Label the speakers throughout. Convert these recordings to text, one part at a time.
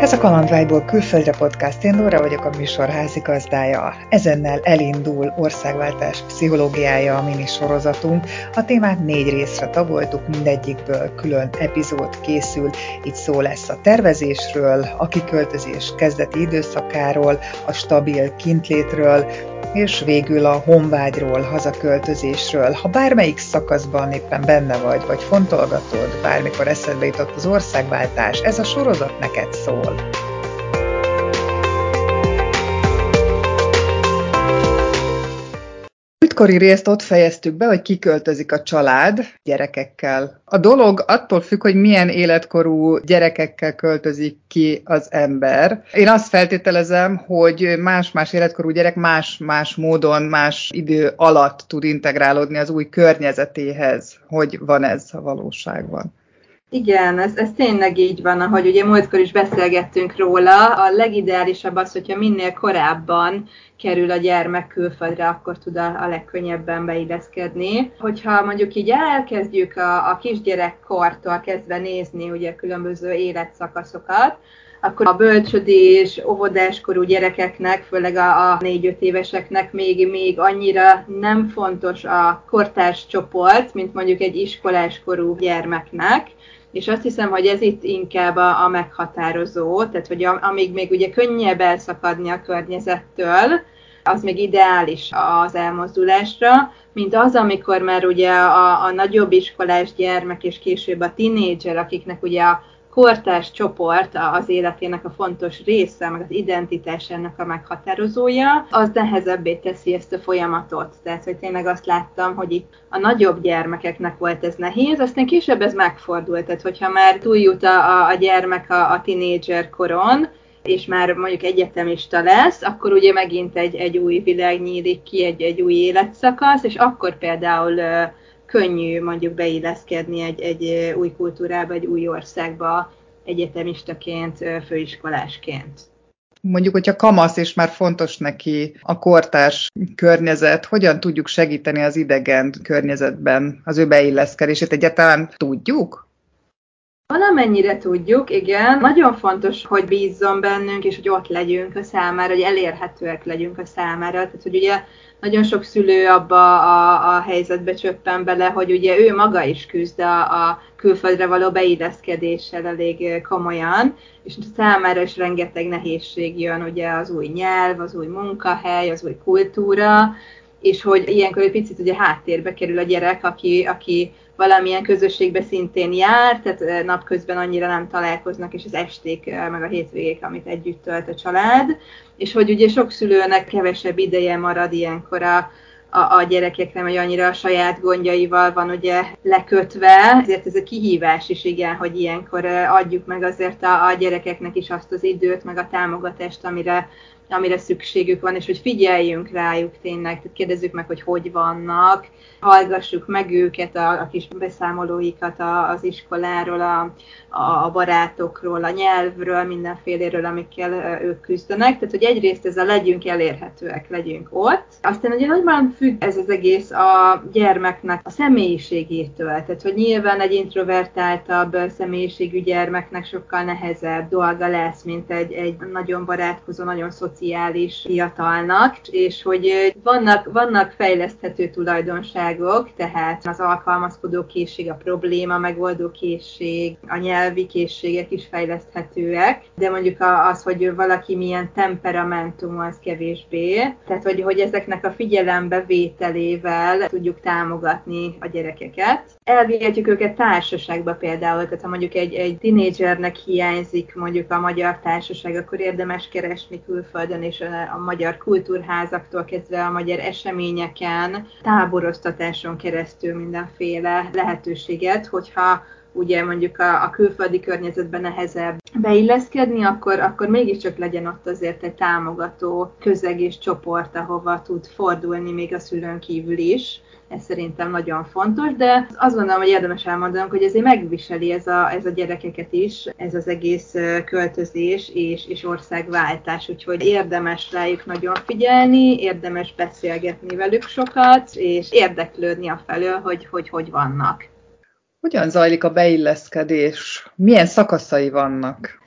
Speaker 1: Ez a Kalandvágyból külföldre podcast, én Nóra vagyok, a műsor házigazdája. Ezennel elindul országváltás pszichológiája a minisorozatunk. A témát 4 részre tagoltuk, mindegyikből külön epizód készül. Itt szó lesz a tervezésről, a kiköltözés kezdeti időszakáról, a stabil kintlétről, és végül a honvágyról, hazaköltözésről. Ha bármelyik szakaszban éppen benne vagy fontolgatod, bármikor eszedbe jutott az országváltás, ez a sorozat neked szól. Múltkori részt ott fejeztük be, hogy kiköltözik a család gyerekekkel. A dolog attól függ, hogy milyen életkorú gyerekekkel költözik ki az ember. Én azt feltételezem, hogy más-más életkorú gyerek más-más módon, más idő alatt tud integrálódni az új környezetéhez. Hogy van ez a valóságban?
Speaker 2: Igen, ez tényleg így van, ahogy ugye múltkor is beszélgettünk róla. A legideálisabb az, hogyha minél korábban kerül a gyermek külföldre, akkor tud a legkönnyebben beilleszkedni. Hogyha mondjuk így elkezdjük a kisgyerekkortól kezdve nézni ugye különböző életszakaszokat, akkor a bölcsödés, óvodáskorú gyerekeknek, főleg a 4-5 éveseknek még annyira nem fontos a kortárs csoport, mint mondjuk egy iskoláskorú gyermeknek. És azt hiszem, hogy ez itt inkább a meghatározó, tehát hogy amíg még ugye könnyebb elszakadni a környezettől, az még ideális az elmozdulásra, mint az, amikor már ugye a nagyobb iskolás gyermek és később a tinédzser, akiknek ugye a kortárs csoport az életének a fontos része, meg az identitásának a meghatározója, az nehezebbé teszi ezt a folyamatot. Tehát, hogy tényleg azt láttam, hogy itt a nagyobb gyermekeknek volt ez nehéz, aztán később ez megfordult. Tehát, hogyha már túljut a gyermek a tinédzser koron, és már mondjuk egyetemista lesz, akkor ugye megint egy új világ nyílik ki, egy új életszakasz, és akkor például könnyű mondjuk beilleszkedni egy új kultúrába, egy új országba egyetemistaként, főiskolásként.
Speaker 1: Mondjuk, hogyha kamasz és már fontos neki a kortárs környezet, hogyan tudjuk segíteni az idegen környezetben az ő beilleszkedését? Egyáltalán tudjuk?
Speaker 2: Valamennyire tudjuk, igen. Nagyon fontos, hogy bízzon bennünk, és hogy ott legyünk a számára, hogy elérhetőek legyünk a számára. Tehát, hogy ugye nagyon sok szülő abba a helyzetbe csöppen bele, hogy ugye ő maga is küzd a külföldre való beilleszkedéssel elég komolyan, és számára is rengeteg nehézség jön, ugye az új nyelv, az új munkahely, az új kultúra, és hogy ilyenkor egy picit ugye háttérbe kerül a gyerek, aki valamilyen közösségbe szintén jár, tehát napközben annyira nem találkoznak, és az esték, meg a hétvégék, amit együtt tölt a család, és hogy ugye sok szülőnek kevesebb ideje marad ilyenkor a gyerekekre, vagy annyira a saját gondjaival van ugye lekötve, ezért ez a kihívás is igen, hogy ilyenkor adjuk meg azért a gyerekeknek is azt az időt, meg a támogatást, amire szükségük van, és hogy figyeljünk rájuk tényleg, tehát kérdezzük meg, hogy vannak, hallgassuk meg őket, a kis beszámolóikat az iskoláról, a barátokról, a nyelvről, mindenféléről, amikkel ők küzdenek. Tehát, hogy egyrészt ez a legyünk elérhetőek, legyünk ott. Aztán ugye nagyban függ ez az egész a gyermeknek a személyiségétől. Tehát, hogy nyilván egy introvertáltabb személyiségű gyermeknek sokkal nehezebb dolga lesz, mint egy nagyon barátkozó, nagyon szociális fiatalnak, és hogy vannak fejleszthető tulajdonságok, tehát az alkalmazkodó készség, a probléma megoldó készség, a nyelvi készségek is fejleszthetőek, de mondjuk az, hogy valaki milyen temperamentum, az kevésbé. Tehát, hogy ezeknek a figyelembevételével tudjuk támogatni a gyerekeket. Elvihetjük őket társaságba például, tehát ha mondjuk egy tinédzsernek hiányzik mondjuk a magyar társaság, akkor érdemes keresni külföldön, és a magyar kultúrházaktól kezdve a magyar eseményeken, táboroztatáson keresztül mindenféle lehetőséget, hogyha ugye mondjuk a külföldi környezetben nehezebb beilleszkedni, akkor mégiscsak legyen ott azért egy támogató közeg és csoport, ahova tud fordulni még a szülőn kívül is. Ez szerintem nagyon fontos, de azt gondolom, hogy érdemes elmondanom, hogy ezért megviseli ez a gyerekeket is, ez az egész költözés és országváltás, úgyhogy érdemes rájuk nagyon figyelni, érdemes beszélgetni velük sokat, és érdeklődni afelől, hogy vannak.
Speaker 1: Hogyan zajlik a beilleszkedés? Milyen szakaszai vannak?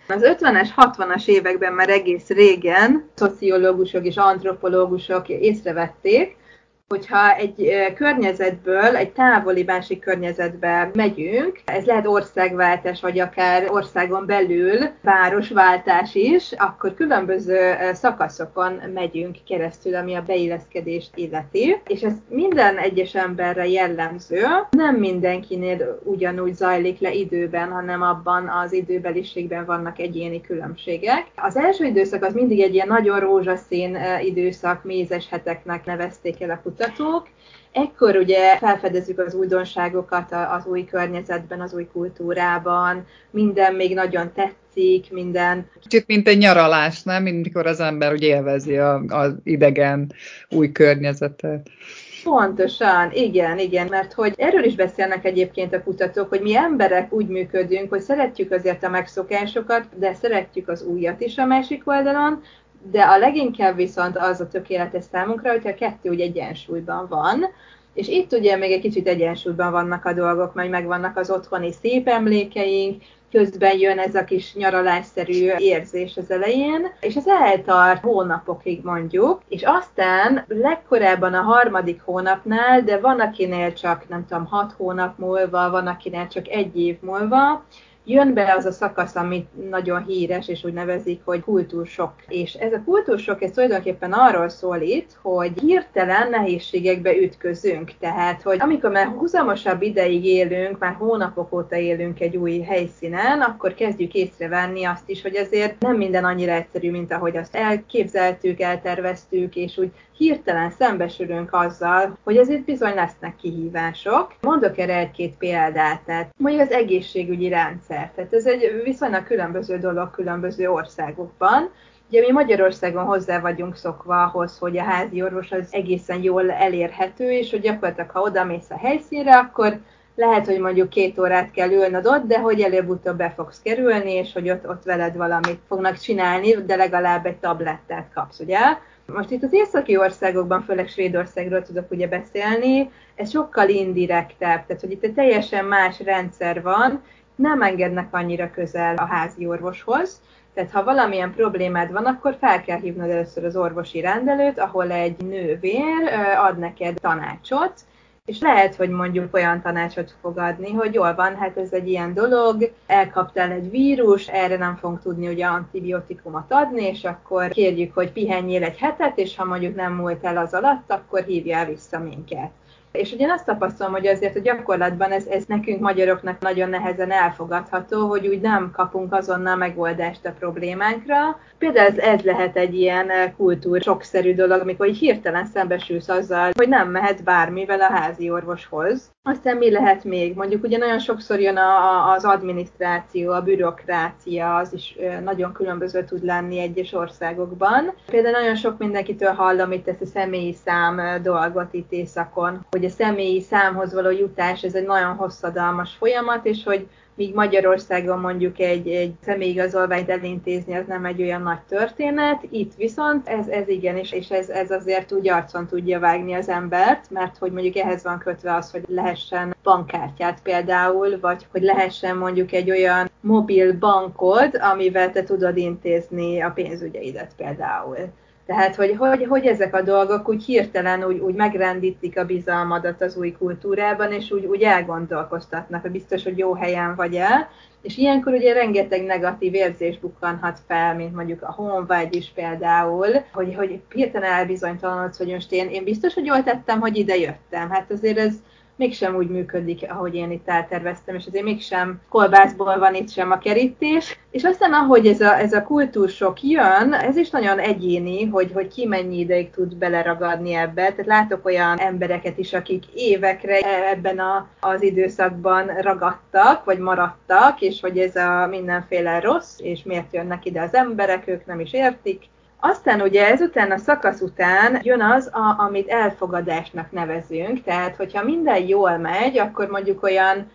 Speaker 2: Az 50-es, 60-as években már egész régen szociológusok és antropológusok észrevették, hogyha egy környezetből egy távoli másik környezetbe megyünk, ez lehet országváltás, vagy akár országon belül városváltás is, akkor különböző szakaszokon megyünk keresztül, ami a beilleszkedést illeti, és ez minden egyes emberre jellemző. Nem mindenkinél ugyanúgy zajlik le időben, hanem abban az időbeliségben vannak egyéni különbségek. Az első időszak az mindig egy ilyen nagyon rózsaszín időszak, mézes heteknek nevezték el a kutatók. Ekkor ugye felfedezzük az újdonságokat az új környezetben, az új kultúrában, minden még nagyon tetszik, minden...
Speaker 1: Kicsit mint egy nyaralás, nem? Mikor az ember ugye élvezi az idegen új környezetet.
Speaker 2: Pontosan, igen, mert hogy erről is beszélnek egyébként a kutatók, hogy mi emberek úgy működünk, hogy szeretjük azért a megszokásokat, de szeretjük az újat is a másik oldalon, de a leginkább viszont az a tökéletes számunkra, hogyha a kettő úgy egyensúlyban van. És itt ugye még egy kicsit egyensúlyban vannak a dolgok, majd megvannak az otthoni szép emlékeink, közben jön ez a kis nyaralásszerű érzés az elején, és ez eltart hónapokig mondjuk, és aztán legkorábban a harmadik hónapnál, de van akinél csak nem tudom 6 hónap múlva, van akinél csak 1 év múlva, jön be az a szakasz, amit nagyon híres, és úgy nevezik, hogy kultúrsokk. És ez a kultúrsokk, ez tulajdonképpen arról szól itt, hogy hirtelen nehézségekbe ütközünk. Tehát, hogy amikor már húzamosabb ideig élünk, már hónapok óta élünk egy új helyszínen, akkor kezdjük észrevenni azt is, hogy azért nem minden annyira egyszerű, mint ahogy azt elképzeltük, elterveztük, és úgy hirtelen szembesülünk azzal, hogy azért bizony lesznek kihívások. Mondok erre 1-2 példát, tehát mondjuk az egészségügyi rendszer. Tehát ez egy viszonylag különböző dolog különböző országokban. Ugye mi Magyarországon hozzá vagyunk szokva ahhoz, hogy a házi orvos az egészen jól elérhető, és hogy gyakorlatilag, ha odamész a helyszínre, akkor lehet, hogy mondjuk 2 órát kell ülnöd ott, de hogy előbb-utóbb be fogsz kerülni, és hogy ott veled valamit fognak csinálni, de legalább egy tablettát kapsz, ugye? Most itt az északi országokban, főleg Svédországról tudok ugye beszélni, ez sokkal indirektebb, tehát hogy itt egy teljesen más rendszer van, nem engednek annyira közel a házi orvoshoz, tehát ha valamilyen problémád van, akkor fel kell hívnod először az orvosi rendelőt, ahol egy nővér ad neked tanácsot, és lehet, hogy mondjuk olyan tanácsot fog adni, hogy jól van, hát ez egy ilyen dolog, elkaptál egy vírus, erre nem fogunk tudni ugye antibiotikumot adni, és akkor kérjük, hogy pihenjél egy hetet, és ha mondjuk nem múlt el az alatt, akkor hívjál vissza minket. És ugye azt tapasztalom, hogy azért a gyakorlatban ez nekünk magyaroknak nagyon nehezen elfogadható, hogy úgy nem kapunk azonnal megoldást a problémánkra. Például ez lehet egy ilyen kultúrsokszerű dolog, amikor így hirtelen szembesülsz azzal, hogy nem mehetsz bármivel a házi orvoshoz. Aztán mi lehet még? Mondjuk ugye nagyon sokszor jön az adminisztráció, a bürokrácia, az is nagyon különböző tud lenni egyes országokban. Például nagyon sok mindenkitől hallom itt ezt a személyi szám dolgot itt északon, hogy a személyi számhoz való jutás, ez egy nagyon hosszadalmas folyamat, és hogy míg Magyarországon mondjuk egy személyigazolványt elintézni, az nem egy olyan nagy történet, itt viszont ez igen, és ez azért úgy arcon tudja vágni az embert, mert hogy mondjuk ehhez van kötve az, hogy lehessen bankkártyát például, vagy hogy lehessen mondjuk egy olyan mobil bankod, amivel te tudod intézni a pénzügyeidet például. Tehát, hogy ezek a dolgok úgy hirtelen úgy megrendítik a bizalmadat az új kultúrában, és úgy elgondolkoztatnak, hogy biztos, hogy jó helyen vagy el. És ilyenkor ugye rengeteg negatív érzés bukkanhat fel, mint mondjuk a honvágy is például, hogy hirtelen elbizonytalanodsz, hogy most én biztos, hogy jól tettem, hogy ide jöttem. Hát azért ez mégsem úgy működik, ahogy én itt elterveztem, és azért mégsem kolbászból van itt sem a kerítés. És aztán, ahogy ez a kultúrsok jön, ez is nagyon egyéni, hogy ki mennyi ideig tud beleragadni ebbe. Tehát látok olyan embereket is, akik évekre ebben az időszakban ragadtak, vagy maradtak, és hogy ez a mindenféle rossz, és miért jönnek ide az emberek, ők nem is értik. Aztán ugye ezután a szakasz után jön az, amit elfogadásnak nevezünk, tehát hogyha minden jól megy, akkor mondjuk olyan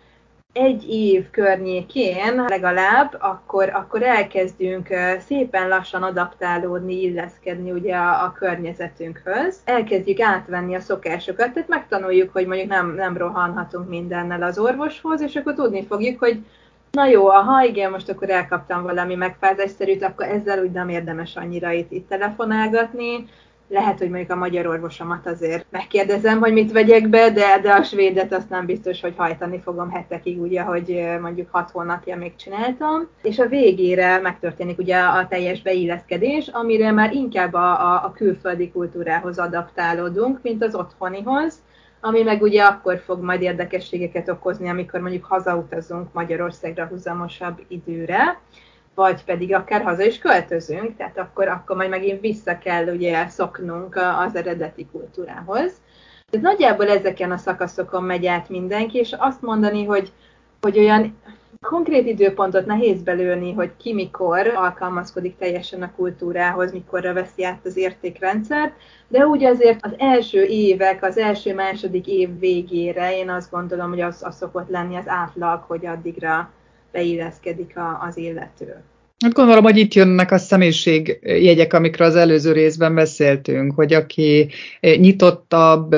Speaker 2: 1 év környékén legalább, akkor elkezdünk szépen lassan adaptálódni, illeszkedni ugye a környezetünkhöz. Elkezdjük átvenni a szokásokat, tehát megtanuljuk, hogy mondjuk nem rohanhatunk mindennel az orvoshoz, és akkor tudni fogjuk, hogy Na jó, ha igen, most akkor elkaptam valami megfázásszerűt, akkor ezzel úgy nem érdemes annyira itt telefonálgatni. Lehet, hogy mondjuk a magyar orvosomat azért megkérdezem, hogy mit vegyek be, de a svédet azt nem biztos, hogy hajtani fogom hetekig, ugye, hogy mondjuk 6 hónapja még csináltam. És a végére megtörténik ugye a teljes beilleszkedés, amire már inkább a külföldi kultúrához adaptálódunk, mint az otthonihoz, ami meg ugye akkor fog majd érdekességeket okozni, amikor mondjuk hazautazunk Magyarországra húzamosabb időre, vagy pedig akár haza is költözünk, tehát akkor majd megint vissza kell ugye szoknunk az eredeti kultúrához. Tehát nagyjából ezeken a szakaszokon megy át mindenki, és azt mondani, hogy olyan konkrét időpontot nehéz belőni, hogy ki mikor alkalmazkodik teljesen a kultúrához, mikorra veszi át az értékrendszert, de úgy azért az első évek, az első-második év végére én azt gondolom, hogy az szokott lenni az átlag, hogy addigra beilleszkedik az illető.
Speaker 1: Hát gondolom, hogy itt jönnek a személyiségjegyek, amikről az előző részben beszéltünk, hogy aki nyitottabb,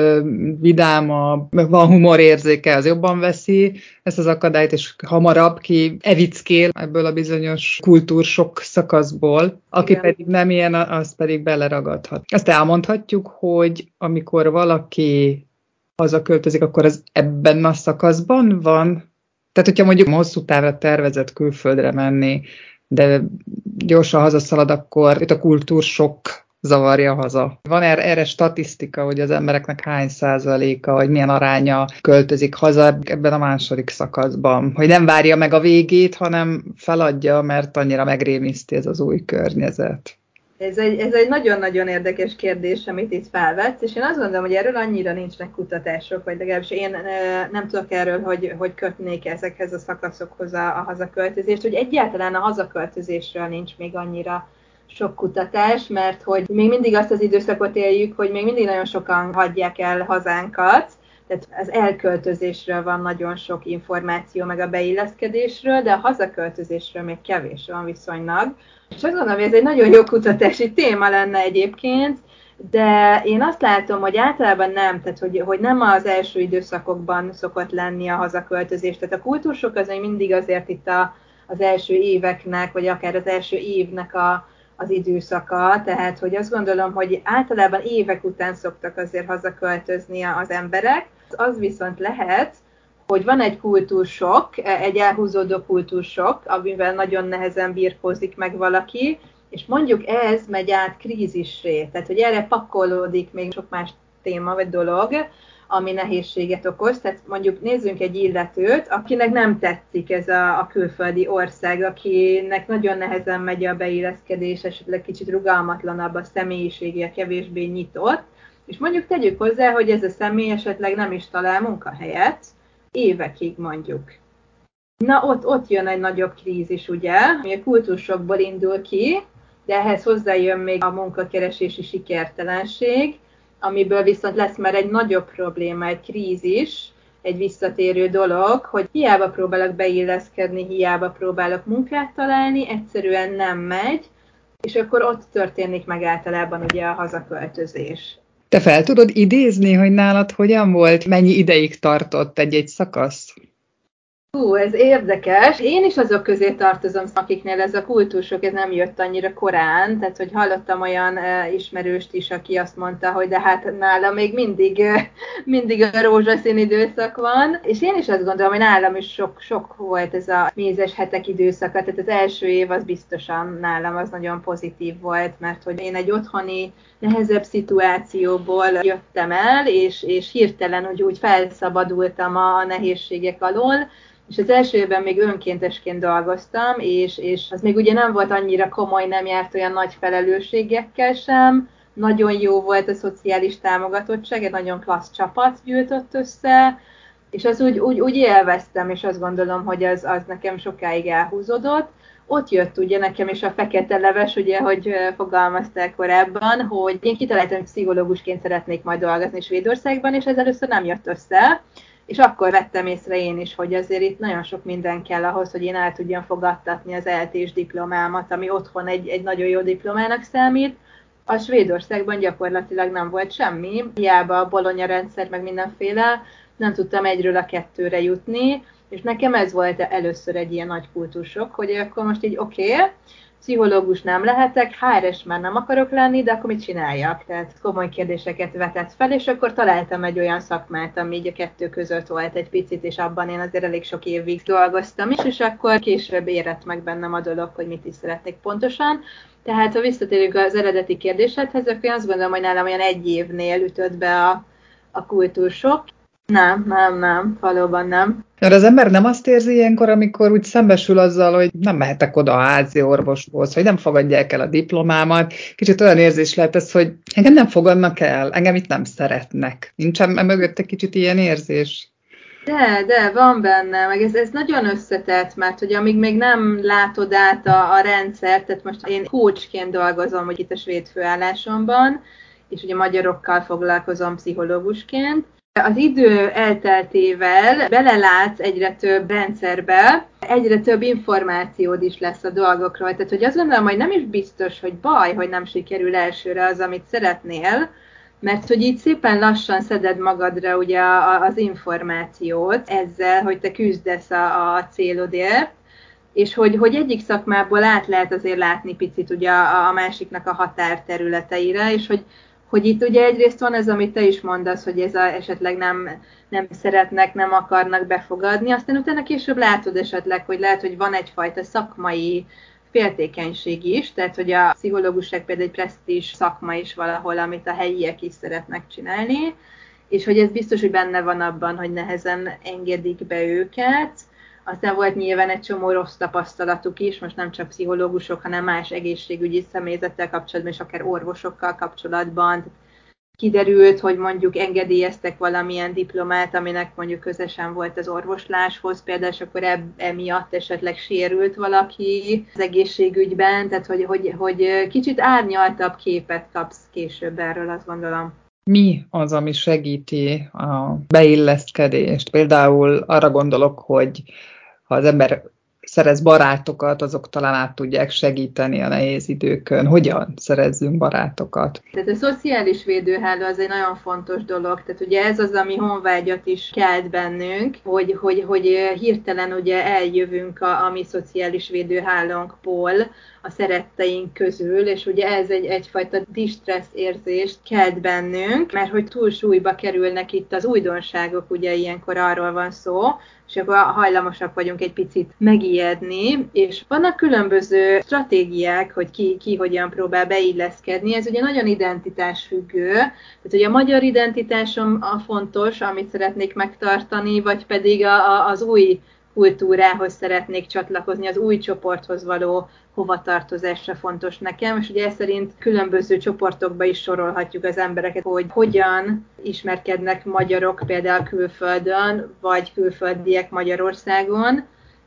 Speaker 1: vidámabb, van humorérzéke, az jobban veszi ezt az akadályt, és hamarabb ki evickél ebből a bizonyos kultúrsok szakaszból, aki igen. Pedig nem ilyen, az pedig beleragadhat. Azt elmondhatjuk, hogy amikor valaki hazaköltözik, akkor az ebben a szakaszban van? Tehát, hogyha mondjuk hosszú távra tervezett külföldre menni, de gyorsan hazaszalad, akkor itt a kultúrsok zavarja haza. Van erre statisztika, hogy az embereknek hány százaléka, vagy milyen aránya költözik haza ebben a második szakaszban? Hogy nem várja meg a végét, hanem feladja, mert annyira megrémiszti ez az új környezet.
Speaker 2: Ez egy nagyon-nagyon érdekes kérdés, amit itt felvetsz, és én azt gondolom, hogy erről annyira nincsenek kutatások, vagy legalábbis én nem tudok erről, hogy kötnék ezekhez a szakaszokhoz a hazaköltözést, hogy egyáltalán a hazaköltözésről nincs még annyira sok kutatás, mert hogy még mindig azt az időszakot éljük, hogy még mindig nagyon sokan hagyják el hazánkat, tehát az elköltözésről van nagyon sok információ, meg a beilleszkedésről, de a hazaköltözésről még kevés van viszonylag. És azt gondolom, hogy ez egy nagyon jó kutatási téma lenne egyébként, de én azt látom, hogy általában nem, tehát hogy nem az első időszakokban szokott lenni a hazaköltözés. Tehát a kultúrsok az még mindig azért itt az első éveknek, vagy akár az első évnek az időszaka, tehát hogy azt gondolom, hogy általában évek után szoktak azért hazaköltözni az emberek. Az viszont lehet, hogy van egy kultúrsok, egy elhúzódó kultúrsok, amivel nagyon nehezen birkózik meg valaki, és mondjuk ez megy át krízissé, tehát hogy erre pakolódik még sok más téma vagy dolog, ami nehézséget okoz. Tehát mondjuk nézzünk egy illetőt, akinek nem tetszik ez a külföldi ország, akinek nagyon nehezen megy a beilleszkedés, esetleg kicsit rugalmatlanabb a személyisége, kevésbé nyitott, és mondjuk tegyük hozzá, hogy ez a személy esetleg nem is talál munkahelyet, évekig mondjuk. Na ott jön egy nagyobb krízis, ugye, ami a kultúrsokból indul ki, de ehhez hozzájön még a munkakeresési sikertelenség, amiből viszont lesz már egy nagyobb probléma, egy krízis, egy visszatérő dolog, hogy hiába próbálok beilleszkedni, hiába próbálok munkát találni, egyszerűen nem megy, és akkor ott történik meg általában ugye a hazaköltözés.
Speaker 1: Te fel tudod idézni, hogy nálad hogyan volt, mennyi ideig tartott egy-egy szakasz?
Speaker 2: Ez érdekes. Én is azok közé tartozom, akiknél ez a kultúrsok ez nem jött annyira korán, tehát hogy hallottam olyan ismerőst is, aki azt mondta, hogy de hát nálam még mindig a rózsaszín időszak van, és én is azt gondolom, hogy nálam is sok volt ez a mézes hetek időszaka, tehát az első év az biztosan nálam az nagyon pozitív volt, mert hogy én egy otthoni nehezebb szituációból jöttem el, és hirtelen úgy felszabadultam a nehézségek alól, és az első évben még önkéntesként dolgoztam, és az még ugye nem volt annyira komoly, nem járt olyan nagy felelősségekkel sem, nagyon jó volt a szociális támogatottság, egy nagyon klassz csapat gyűjtött össze, és az úgy élveztem, és azt gondolom, hogy az nekem sokáig elhúzódott. Ott jött ugye nekem is a fekete leves, ugye, hogy fogalmazták korábban, hogy én kitaláltam, hogy pszichológusként szeretnék majd dolgozni Svédországban, és ez először nem jött össze. És akkor vettem észre én is, hogy azért itt nagyon sok minden kell ahhoz, hogy én el tudjam fogadtatni az ELTE-s diplomámat, ami otthon egy nagyon jó diplomának számít. A Svédországban gyakorlatilag nem volt semmi, hiába a Bologna rendszer, meg mindenféle, nem tudtam egyről a kettőre jutni, És nekem ez volt először egy ilyen nagy kultúrsok, hogy akkor most így oké, pszichológus nem lehetek, HRS már nem akarok lenni, de akkor mit csináljak? Tehát komoly kérdéseket vetett fel, és akkor találtam egy olyan szakmát, ami így a kettő között volt egy picit, és abban én azért elég sok évig dolgoztam is, és akkor később érett meg bennem a dolog, hogy mit is szeretnék pontosan. Tehát ha visszatérünk az eredeti kérdésedhez, akkor én azt gondolom, hogy nálam olyan egy évnél ütött be a kultúrsok. Nem, valóban nem.
Speaker 1: Mert az ember nem azt érzi ilyenkor, amikor úgy szembesül azzal, hogy nem mehetek oda a házi orvoshoz, hogy nem fogadják el a diplomámat. Kicsit olyan érzés lehet ez, hogy engem nem fogadnak el, engem itt nem szeretnek. Nincsen mögött egy kicsit ilyen érzés?
Speaker 2: De, van benne, meg ez nagyon összetett, mert hogy amíg még nem látod át a rendszert, tehát most én coachként dolgozom, hogy itt a svéd főállásomban, és ugye magyarokkal foglalkozom pszichológusként. Az idő elteltével belelátsz egyre több rendszerbe, egyre több információd is lesz a dolgokról. Tehát, hogy azt gondolom, hogy nem is biztos, hogy baj, hogy nem sikerül elsőre az, amit szeretnél, mert hogy így szépen lassan szeded magadra ugye az információt ezzel, hogy te küzdesz a célodért, és hogy egyik szakmából át lehet azért látni picit ugye a másiknak a határterületeire, és hogy itt ugye egyrészt van ez, amit te is mondasz, hogy ez esetleg nem szeretnek, nem akarnak befogadni, aztán utána később látod esetleg, hogy lehet, hogy van egyfajta szakmai féltékenység is, tehát hogy a pszichológusság például egy presztízs szakma is valahol, amit a helyiek is szeretnek csinálni, és hogy ez biztos, hogy benne van abban, hogy nehezen engedik be őket. Aztán volt nyilván egy csomó rossz tapasztalatuk is, most nem csak pszichológusok, hanem más egészségügyi személyzettel kapcsolatban, és akár orvosokkal kapcsolatban. Kiderült, hogy mondjuk engedélyeztek valamilyen diplomát, aminek mondjuk közösen volt az orvosláshoz, például, és akkor emiatt esetleg sérült valaki az egészségügyben, tehát hogy kicsit árnyaltabb képet kapsz később erről, azt gondolom.
Speaker 1: Mi az, ami segíti a beilleszkedést? Például arra gondolok, hogy ha az ember szerez barátokat, azok talán át tudják segíteni a nehéz időkön. Hogyan szerezzünk barátokat?
Speaker 2: Tehát a szociális védőháló az egy nagyon fontos dolog. Tehát ugye ez az, ami honvágyat is kelt bennünk, hogy hirtelen ugye eljövünk a mi szociális védőhálónkból, a szeretteink közül, és ugye ez egyfajta distressz érzést kelt bennünk, mert hogy túlsúlyba kerülnek itt az újdonságok, ugye ilyenkor arról van szó, és akkor hajlamosak vagyunk egy picit megijedni, és vannak különböző stratégiák, hogy ki hogyan próbál beilleszkedni, ez ugye nagyon identitásfüggő, tehát ugye a magyar identitásom a fontos, amit szeretnék megtartani, vagy pedig az új kultúrához szeretnék csatlakozni, az új csoporthoz való hovatartozásra fontos nekem, és ugye ez szerint különböző csoportokba is sorolhatjuk az embereket, hogy hogyan ismerkednek magyarok például külföldön, vagy külföldiek Magyarországon,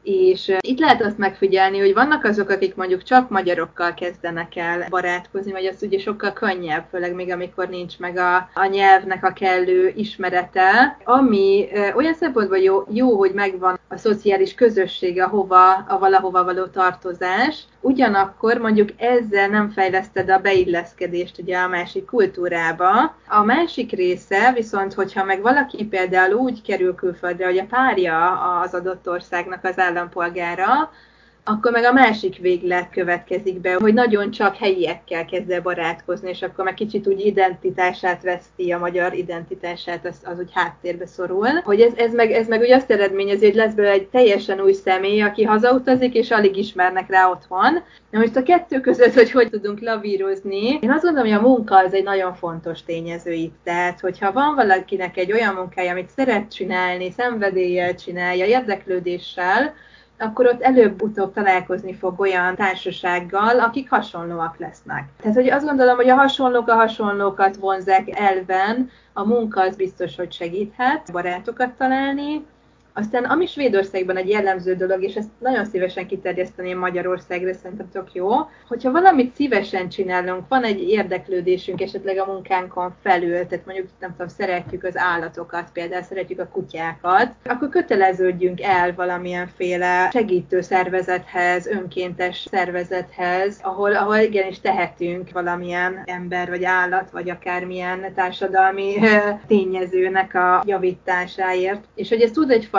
Speaker 2: és itt lehet azt megfigyelni, hogy vannak azok, akik mondjuk csak magyarokkal kezdenek el barátkozni, vagy az ugye sokkal könnyebb, főleg még amikor nincs meg a nyelvnek a kellő ismerete, ami olyan szempontból jó, hogy megvan a szociális közösség, a valahova való tartozás, ugyanakkor mondjuk ezzel nem fejleszted a beilleszkedést ugye a másik kultúrába. A másik része viszont, hogyha meg valaki például úgy kerül külföldre, hogy a párja az adott országnak az állampolgára, akkor meg a másik véglet következik be, hogy nagyon csak helyiekkel kezd el barátkozni, és akkor meg kicsit úgy identitását veszti, a magyar identitását, az úgy háttérbe szorul. Hogy ez meg úgy azt eredményezi, hogy lesz belőle egy teljesen új személy, aki hazautazik, és alig ismernek rá otthon. Na most a kettő között, hogy tudunk lavírozni, én azt gondolom, hogy a munka az egy nagyon fontos tényező itt. Tehát, hogyha van valakinek egy olyan munkája, amit szeret csinálni, szenvedéllyel csinálja, érdeklődéssel, akkor ott előbb-utóbb találkozni fog olyan társasággal, akik hasonlóak lesznek. Tehát, hogy azt gondolom, hogy a hasonlókat vonzzák elven, a munka az biztos, hogy segíthet barátokat találni. Aztán ami Svédországban egy jellemző dolog, és ezt nagyon szívesen kiterjeszteném Magyarországra, szerintem tök jó, hogyha valamit szívesen csinálunk, van egy érdeklődésünk esetleg a munkánkon felül, tehát mondjuk nem tudom, szeretjük az állatokat, például szeretjük a kutyákat, akkor köteleződjünk el valamilyenféle segítő szervezethez, önkéntes szervezethez, ahol igenis tehetünk valamilyen ember vagy állat, vagy akármilyen társadalmi tényezőnek a javításáért. És hogy ez tud egyfajta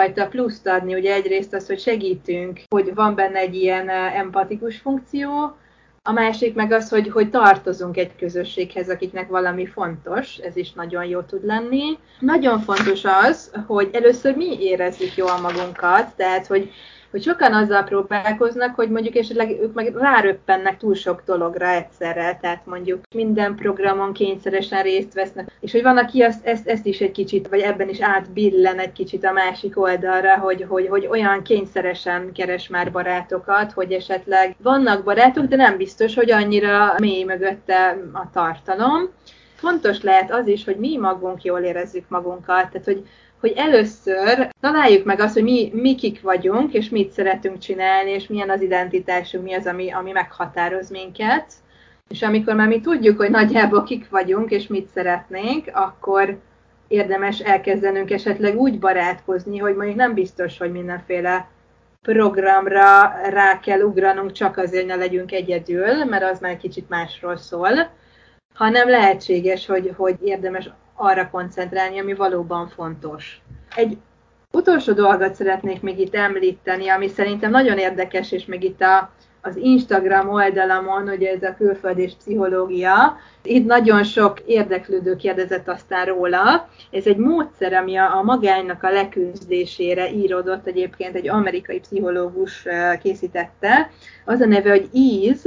Speaker 2: egyfajta pluszt adni, ugye egyrészt az, hogy segítünk, hogy van benne egy ilyen empatikus funkció, a másik meg az, hogy tartozunk egy közösséghez, akiknek valami fontos, ez is nagyon jó tud lenni. Nagyon fontos az, hogy először mi érezzük jól magunkat, tehát hogy sokan azzal próbálkoznak, hogy mondjuk esetleg ők meg ráröppennek túl sok dologra egyszerre, tehát mondjuk minden programon kényszeresen részt vesznek, és hogy van, aki ezt is egy kicsit, vagy ebben is átbillen egy kicsit a másik oldalra, hogy olyan kényszeresen keres már barátokat, hogy esetleg vannak barátok, de nem biztos, hogy annyira mély mögötte a tartalom. Fontos lehet az is, hogy mi magunk jól érezzük magunkat, tehát hogy először találjuk meg azt, hogy mi kik vagyunk, és mit szeretünk csinálni, és milyen az identitásunk, mi az, ami meghatároz minket. És amikor már mi tudjuk, hogy nagyjából kik vagyunk, és mit szeretnénk, akkor érdemes elkezdenünk esetleg úgy barátkozni, hogy mondjuk nem biztos, hogy mindenféle programra rá kell ugranunk csak azért, ne legyünk egyedül, mert az már kicsit másról szól, hanem lehetséges, hogy érdemes arra koncentrálni, ami valóban fontos. Egy utolsó dolgot szeretnék még itt említeni, ami szerintem nagyon érdekes, és még itt az Instagram oldalamon, ugye ez a külföldés pszichológia, itt nagyon sok érdeklődő kérdezett aztán róla. Ez egy módszer, ami a magánynak a leküzdésére íródott, egyébként egy amerikai pszichológus készítette. Az a neve, hogy EASE.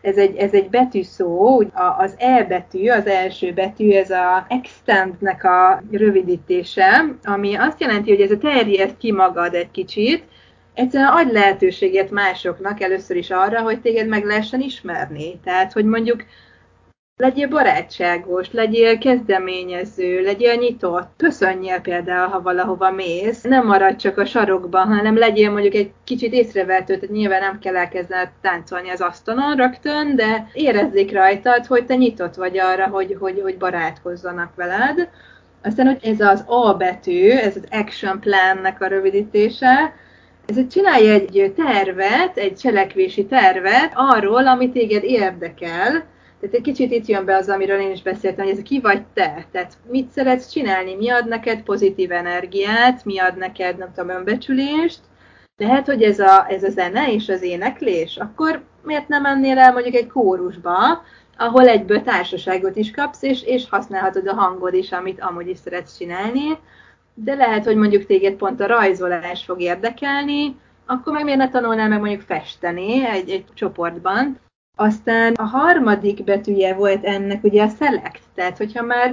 Speaker 2: Ez egy betűszó, az E betű, az első betű, ez a extendnek a rövidítése, ami azt jelenti, hogy ez a terjeszd ki magad egy kicsit, egyszerűen adj lehetőséget másoknak először is arra, hogy téged meg lehessen ismerni. Tehát, hogy mondjuk legyél barátságos, legyél kezdeményező, legyél nyitott. Köszönjél például, ha valahova mész. Nem maradj csak a sarokban, hanem legyél mondjuk egy kicsit észrevehető, tehát nyilván nem kell elkezdened táncolni az asztalon rögtön, de érezzék rajtad, hogy te nyitott vagy arra, hogy barátkozzanak veled. Aztán, hogy ez az A betű, ez az action plannek a rövidítése, ez csinálj egy tervet, egy cselekvési tervet arról, ami téged érdekel. Tehát egy kicsit itt jön be az, amiről én is beszéltem, hogy ez ki vagy te. Tehát mit szeretsz csinálni, mi ad neked pozitív energiát, mi ad neked, nem tudom, önbecsülést. Lehet, hogy ez a zene és az éneklés, akkor miért nem mennél el mondjuk egy kórusba, ahol egyből társaságot is kapsz, és használhatod a hangod is, amit amúgy is szeretsz csinálni. De lehet, hogy mondjuk téged pont a rajzolás fog érdekelni, akkor meg miért ne tanulnál meg mondjuk festeni egy csoportban. Aztán a harmadik betűje volt ennek ugye a select, tehát hogyha már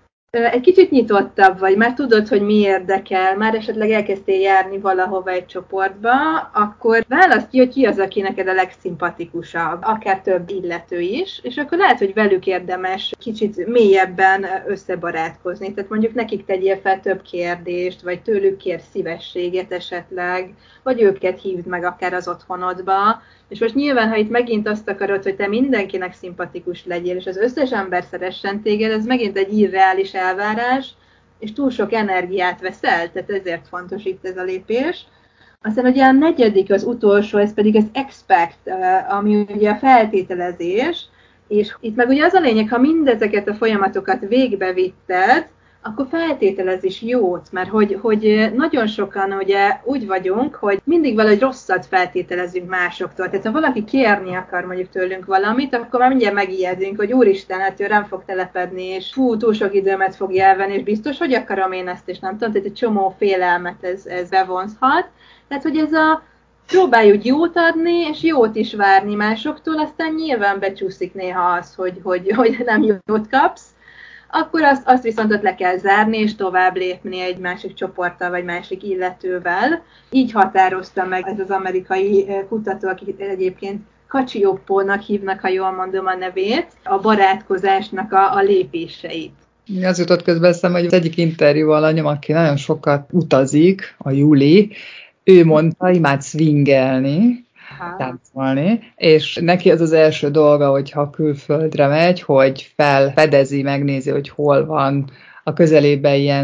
Speaker 2: egy kicsit nyitottabb vagy, már tudod, hogy mi érdekel, már esetleg elkezdtél járni valahova egy csoportba, akkor válaszd ki, hogy ki az, aki neked a legszimpatikusabb, akár több illető is, és akkor lehet, hogy velük érdemes kicsit mélyebben összebarátkozni. Tehát mondjuk nekik tegyél fel több kérdést, vagy tőlük kér szívességet esetleg, vagy őket hívd meg akár az otthonodba. És most nyilván, ha itt megint azt akarod, hogy te mindenkinek szimpatikus legyél, és az összes ember szeressen téged, ez megint egy irreális elvárás, és túl sok energiát veszel, tehát ezért fontos itt ez a lépés. Aztán ugye a negyedik, az utolsó, ez pedig az expect, ami ugye a feltételezés, és itt meg ugye az a lényeg, ha mindezeket a folyamatokat végbevitted, akkor feltételez is jót, mert hogy nagyon sokan ugye úgy vagyunk, hogy mindig valahogy rosszat feltételezünk másoktól. Tehát ha valaki kérni akar mondjuk tőlünk valamit, akkor már mindjárt megijedünk, hogy úristen, hát ő rám fog telepedni, és túl sok időmet fog elvenni, és biztos, hogy akarom én ezt, és nem tudom, tehát egy csomó félelmet ez bevonzhat. Tehát, hogy ez próbáljuk jót adni, és jót is várni másoktól, aztán nyilván becsúszik néha az, hogy nem jót kapsz, akkor azt viszont ott le kell zárni, és tovább lépni egy másik csoporttal, vagy másik illetővel. Így határozta meg ez az amerikai kutató, akit egyébként Cacioppo-nak hívnak, ha jól mondom a nevét, a barátkozásnak a lépéseit.
Speaker 1: Az jutott közben eszembe, hogy az egyik interjú alanyom, aki nagyon sokat utazik, a Júli, ő mondta, imád swingelni, táncolni, és neki az első dolga, hogyha külföldre megy, hogy felfedezi, megnézi, hogy hol van a közelében ilyen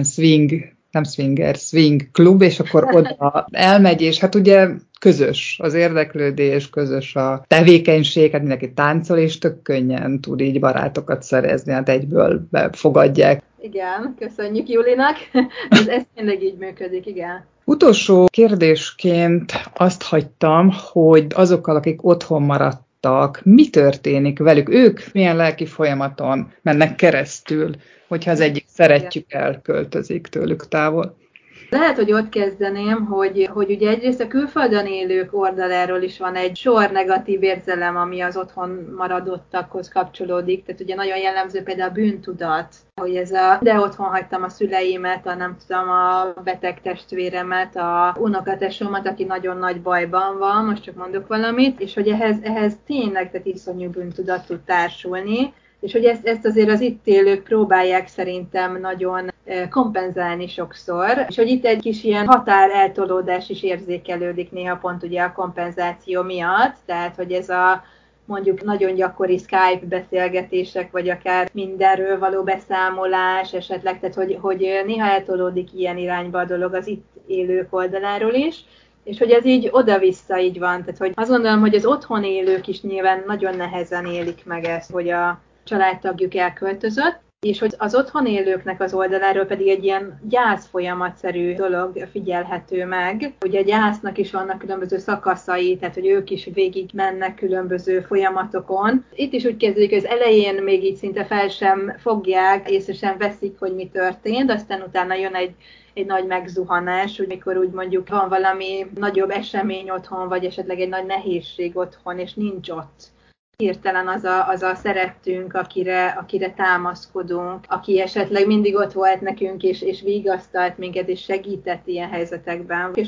Speaker 1: swing klub, és akkor oda elmegy, és hát ugye közös az érdeklődés, közös a tevékenység, hát mindenki táncol, és tök könnyen tud így barátokat szerezni, hát egyből befogadják.
Speaker 2: Igen, köszönjük Julinak, ez tényleg így működik, igen.
Speaker 1: Utolsó kérdésként azt hagytam, hogy azokkal, akik otthon maradtak, mi történik velük? Ők milyen lelki folyamaton mennek keresztül, hogyha az egyik szeretjük elköltözik tőlük távol?
Speaker 2: Lehet, hogy ott kezdeném, hogy ugye egyrészt a külföldön élők oldaláról is van egy sor negatív érzelem, ami az otthon maradottakhoz kapcsolódik. Tehát ugye nagyon jellemző például a bűntudat, hogy de otthon hagytam a szüleimet, a beteg testvéremet, a unokatesómat, aki nagyon nagy bajban van, most csak mondok valamit, és hogy ehhez tényleg tehát iszonyú bűntudat tud társulni. És hogy ezt azért az itt élők próbálják szerintem nagyon kompenzálni sokszor, és hogy itt egy kis ilyen határeltolódás is érzékelődik néha pont ugye a kompenzáció miatt, tehát hogy ez a mondjuk nagyon gyakori Skype beszélgetések, vagy akár mindenről való beszámolás esetleg, tehát hogy néha eltolódik ilyen irányba a dolog az itt élők oldaláról is, és hogy ez így oda-vissza így van, tehát hogy azt gondolom, hogy az otthon élők is nyilván nagyon nehezen élik meg ezt, hogy a családtagjuk elköltözött, és hogy az otthon élőknek az oldaláról pedig egy ilyen gyász folyamatszerű dolog figyelhető meg. Ugye a gyásznak is vannak különböző szakaszai, tehát hogy ők is végig mennek különböző folyamatokon. Itt is úgy kezdődik, hogy az elején még így szinte fel sem fogják, észre sem veszik, hogy mi történt, aztán utána jön egy nagy megzuhanás, hogy mikor úgy mondjuk van valami nagyobb esemény otthon, vagy esetleg egy nagy nehézség otthon, és nincs ott hirtelen az a szerettünk, akire támaszkodunk, aki esetleg mindig ott volt nekünk, és vigasztalt minket, és segített ilyen helyzetekben. És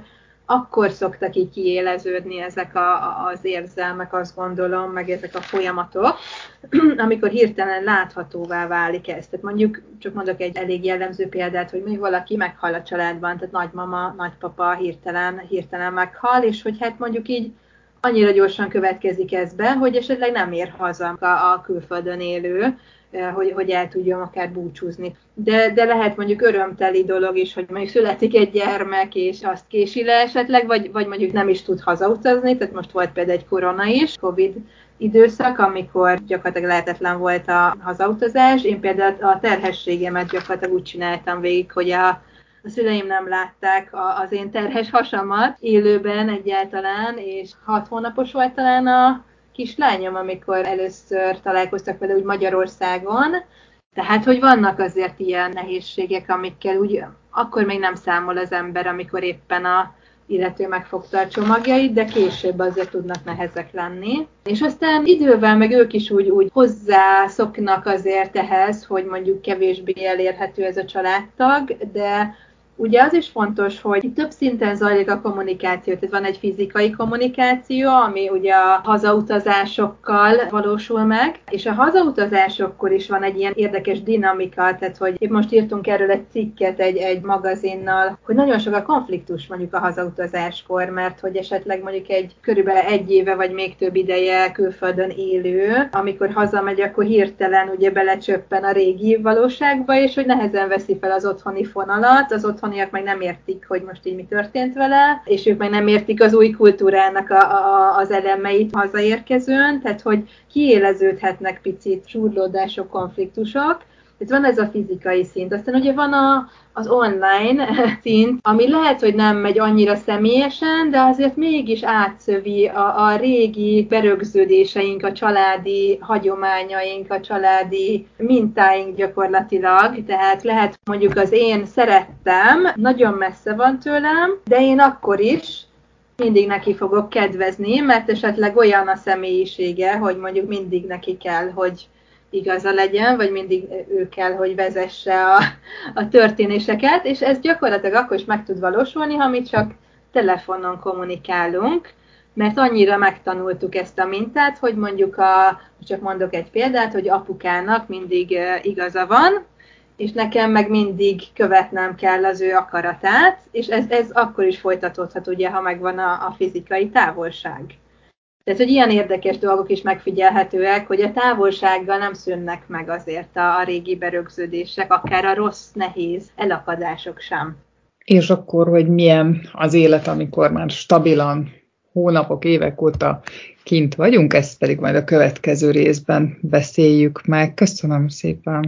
Speaker 2: akkor szoktak így kiéleződni ezek az érzelmek, azt gondolom, meg ezek a folyamatok, amikor hirtelen láthatóvá válik ez. Tehát mondjuk, csak mondok egy elég jellemző példát, hogy még valaki meghal a családban, tehát nagymama, nagypapa hirtelen meghal, és hogy hát mondjuk így annyira gyorsan következik ez be, hogy esetleg nem ér haza a külföldön élő, hogy el tudjon akár búcsúzni. De lehet mondjuk örömteli dolog is, hogy mondjuk születik egy gyermek, és azt kési le esetleg, vagy mondjuk nem is tud hazautazni, tehát most volt például egy korona is, Covid időszak, amikor gyakorlatilag lehetetlen volt a hazautazás. Én például a terhességemet gyakorlatilag úgy csináltam végig, hogy a szüleim nem látták az én terhes hasamat élőben egyáltalán, és 6 hónapos volt talán a kislányom, amikor először találkoztak vele úgy Magyarországon. Tehát, hogy vannak azért ilyen nehézségek, amikkel úgy akkor még nem számol az ember, amikor éppen a illető megfogta a csomagjait, de később azért tudnak nehezek lenni. És aztán idővel meg ők is úgy hozzászoknak azért ehhez, hogy mondjuk kevésbé elérhető ez a családtag, de ugye az is fontos, hogy több szinten zajlik a kommunikáció, tehát van egy fizikai kommunikáció, ami ugye a hazautazásokkal valósul meg, és a hazautazásokkor is van egy ilyen érdekes dinamika, tehát hogy épp most írtunk erről egy cikket egy magazinnal, hogy nagyon sok a konfliktus mondjuk a hazautazáskor, mert hogy esetleg mondjuk körülbelül 1 éve vagy még több ideje külföldön élő, amikor hazamegy, akkor hirtelen ugye belecsöppen a régi valóságba, és hogy nehezen veszi fel az otthoni fonalat, az otthoniak meg nem értik, hogy most így mi történt vele, és ők meg nem értik az új kultúrának az elemeit hazaérkezőn, tehát hogy kiéleződhetnek picit súrlódások, konfliktusok. Tehát van ez a fizikai szint. Aztán ugye van az online szint, ami lehet, hogy nem megy annyira személyesen, de azért mégis átszövi a régi berögződéseink, a családi hagyományaink, a családi mintáink gyakorlatilag. Tehát lehet mondjuk az én szerettem, nagyon messze van tőlem, de én akkor is mindig neki fogok kedvezni, mert esetleg olyan a személyisége, hogy mondjuk mindig neki kell, hogy igaza legyen, vagy mindig ő kell, hogy vezesse a történéseket, és ez gyakorlatilag akkor is meg tud valósulni, ha mi csak telefonon kommunikálunk, mert annyira megtanultuk ezt a mintát, hogy mondjuk csak mondok egy példát, hogy apukának mindig igaza van, és nekem meg mindig követnem kell az ő akaratát, és ez akkor is folytatódhat, ugye, ha megvan a fizikai távolság. Tehát, hogy ilyen érdekes dolgok is megfigyelhetőek, hogy a távolsággal nem szűnnek meg azért a régi berögződések, akár a rossz, nehéz elakadások sem.
Speaker 1: És akkor, hogy milyen az élet, amikor már stabilan hónapok, évek óta kint vagyunk, ezt pedig majd a következő részben beszéljük meg. Köszönöm szépen!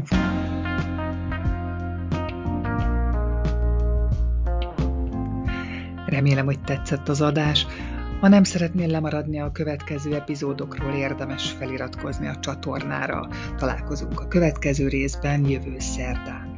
Speaker 1: Remélem, hogy tetszett az adás. Ha nem szeretnél lemaradni a következő epizódokról, érdemes feliratkozni a csatornára. Találkozunk a következő részben jövő szerdán.